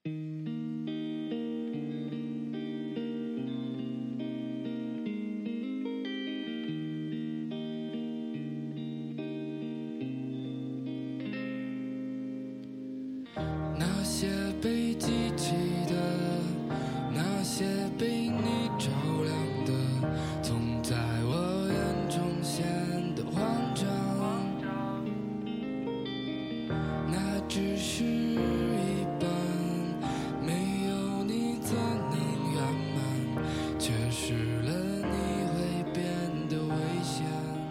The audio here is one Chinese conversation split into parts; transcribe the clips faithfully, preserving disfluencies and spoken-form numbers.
那些被记起的，那些被你照亮的，总在我眼中显得慌张。那只是一半，没有你怎能圆满，缺失了你会变得危险。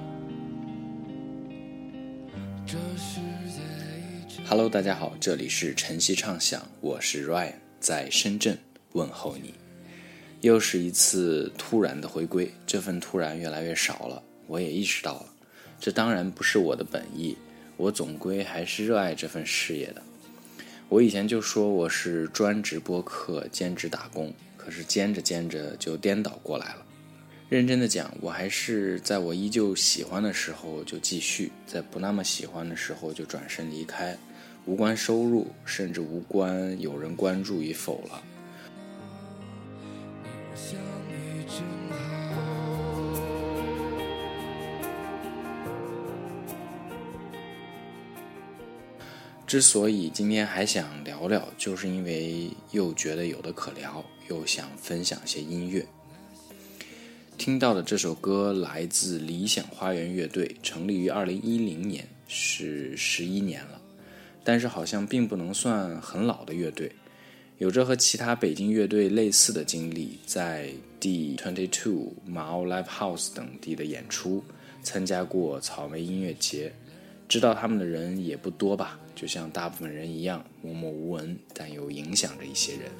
这世界 Hello， 大家好，这里是晨曦畅想，我是 Ryan， 在深圳问候你。又是一次突然的回归，这份突然越来越少了，我也意识到了，这当然不是我的本意，我总归还是热爱这份事业的。我以前就说我是专职播客兼职打工，可是兼着兼着就颠倒过来了。认真的讲，我还是在我依旧喜欢的时候就继续，在不那么喜欢的时候就转身离开，无关收入，甚至无关有人关注与否了。之所以今天还想聊聊，就是因为又觉得有的可聊，又想分享些音乐。听到的这首歌来自理想花园乐队，成立于二零一零年，是十一年了，但是好像并不能算很老的乐队，有着和其他北京乐队类似的经历，在 D 二十二、马奥 Live House 等地的演出，参加过草莓音乐节，知道他们的人也不多吧，就像大部分人一样，默默无闻，但又影响着一些人。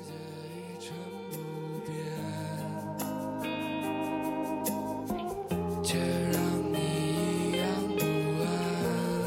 却让你一样不安。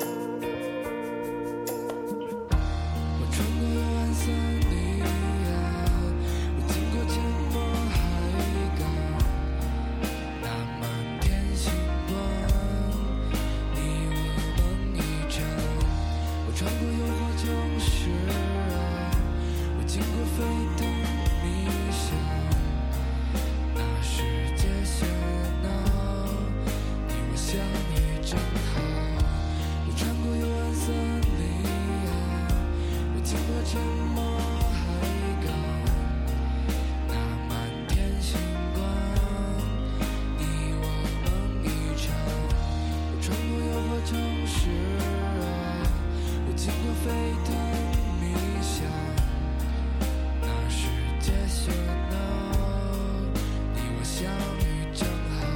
我穿过幽暗森林啊，我经过沉默海港，那满天星光，你我梦一场。我穿过诱惑城市啊，我经过沸腾迷想，那世界喧闹，相遇正好。我穿过幽暗森林啊，我经过沉默海港，那满天星光，你我梦一场。我穿过诱惑城市啊，我经过沸腾迷想，那世界喧闹，你我相遇正好。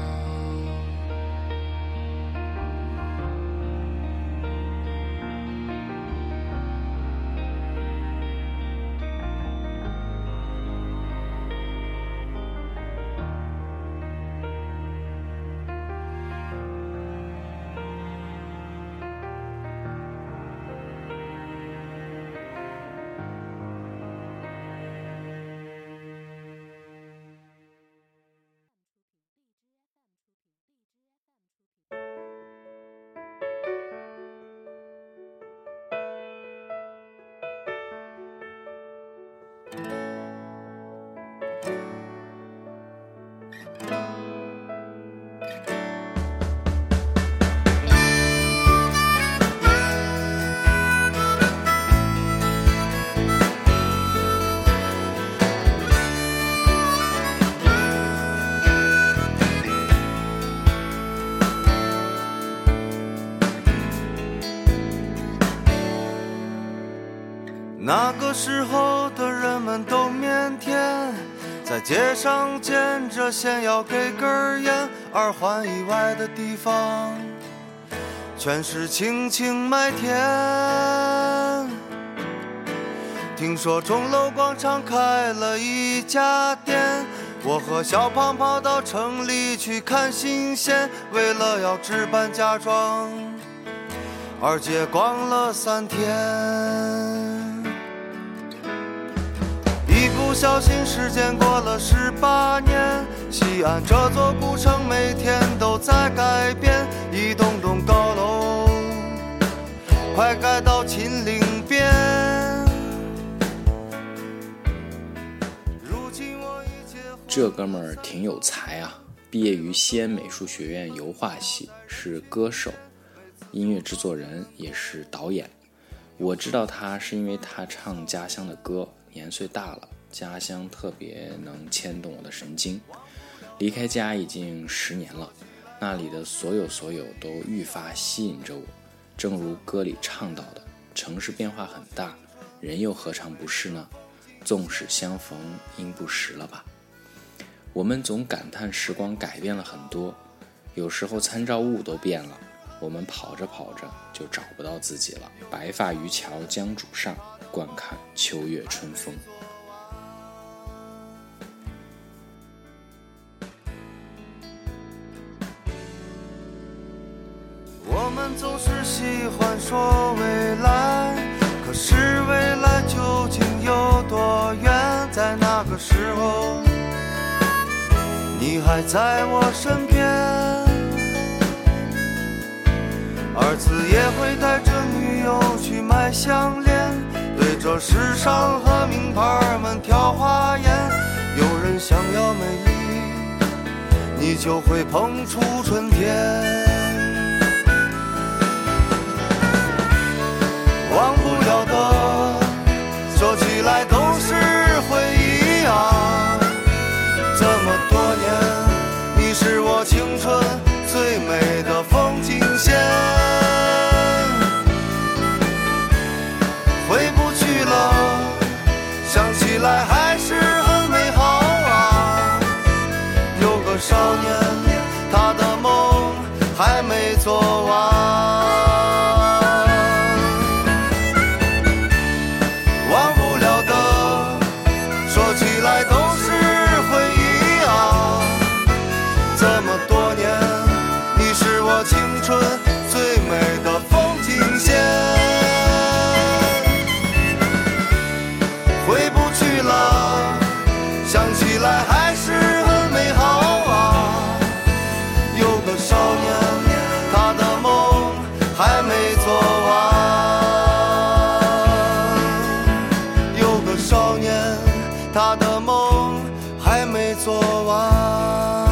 那个时候的人们都腼腆，在街上捡着先要给根烟，二环以外的地方全是青青麦田。听说钟楼广场开了一家店，我和小胖跑到城里去看新鲜，为了要置办嫁妆，二姐逛了三天。一不小心时间过了十八年，西安这座古城每天都在改变，一栋栋高楼快盖到秦岭边。 这哥们儿挺有才啊，毕业于西安美术学院油画系，是歌手、音乐制作人，也是导演。我知道他是因为他唱家乡的歌，年岁大了，家乡特别能牵动我的神经。离开家已经十年了，那里的所有所有都愈发吸引着我。正如歌里唱到的，城市变化很大，人又何尝不是呢？纵使相逢应不识了吧。我们总感叹时光改变了很多，有时候参照物都变了，我们跑着跑着就找不到自己了。白发渔樵江渚上，惯看秋月春风。 我们总是喜欢说未来，可是未来究竟有多远？在那个时候，你还在我身边，儿子也会带着女友去买项链，对着时尚和名牌们挑花眼。有人想要美丽，你就会碰触春天。忘不了的，说起来都是回忆啊。这么多年，你是我青春最美的风景线。回不去了，想起来还是很美好啊。有个少年，他的梦还没做完。青春最美的风景线，回不去了，想起来还是很美好啊。有个少年，他的梦还没做完。有个少年，他的梦还没做完。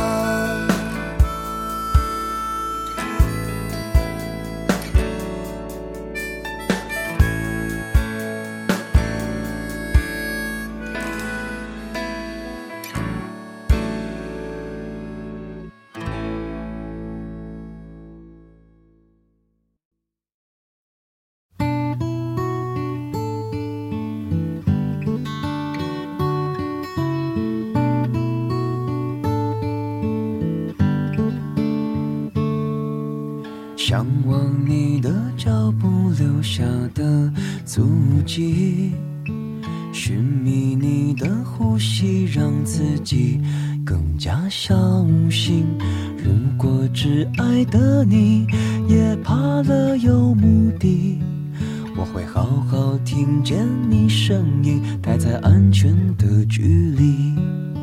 向往你的脚步留下的足迹，寻觅你的呼吸，让自己更加小心。如果只爱的你也怕了有目的，我会好好听见你声音，待在安全的距离。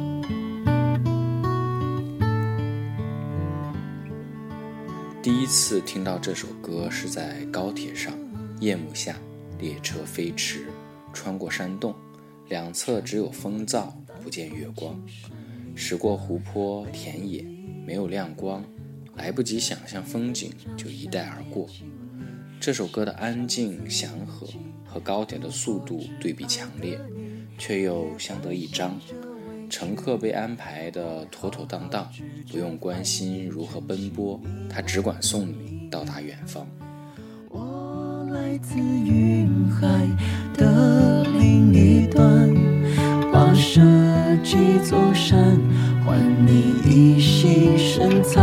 第一次听到这首歌是在高铁上，夜幕下，列车飞驰，穿过山洞，两侧只有风噪，不见月光。驶过湖泊田野，没有亮光，来不及想象风景就一带而过。这首歌的安静祥和和高铁的速度对比强烈，却又相得益彰。乘客被安排得妥妥当当，不用关心如何奔波，他只管送你到达远方。 我来自云海的另一端，跋涉几座山，换你一袭神采。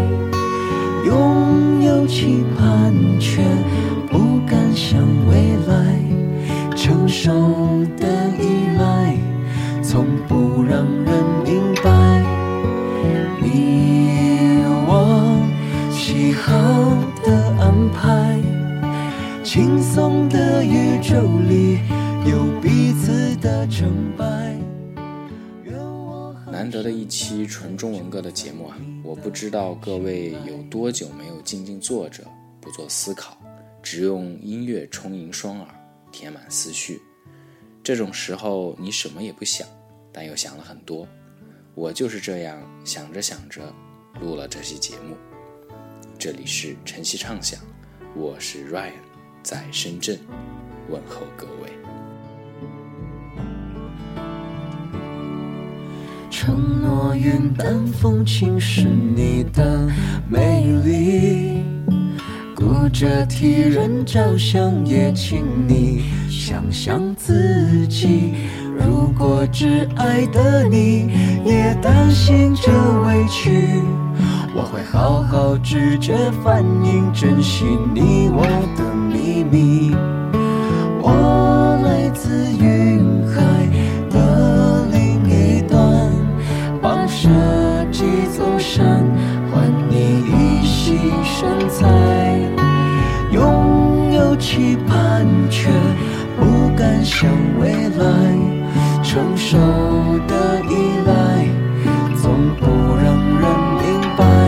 拥有期盼，却不敢想未来，承受的依赖，从不让人明白。你我喜好的安排，轻松的宇宙里有彼此的成败。 难得的一期纯中文歌的节目啊，我不知道各位有多久没有静静坐着，不做思考，只用音乐充盈双耳，填满思绪。这种时候你什么也不想，但又想了很多。 我就是这样想着想着录了这期节目。这里是晨曦畅想，我是 Ryan， 在深圳问候各位。 承诺云淡风轻是你的美丽，顾着替人着想，也请你想想自己。如果只爱的你也担心这委屈，我会好好指着反应，珍惜你我的秘密。我来自云海的另一端，帮设计座山，还你一席身材。拥有期盼却不敢想未来，成熟的依赖总不让人明白。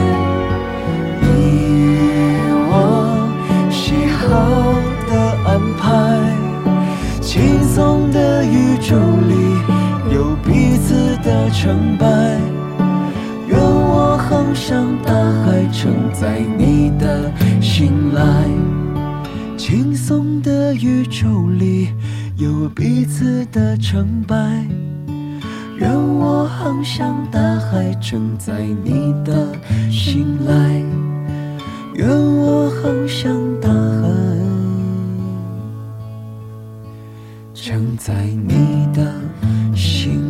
你我喜好的安排，轻松的宇宙里有彼此的成败。愿我航向大海，承载你的信赖。轻松的宇宙里有彼此的成败。愿我航向大海，承载你的信赖。愿我航向大海，承载你的信赖。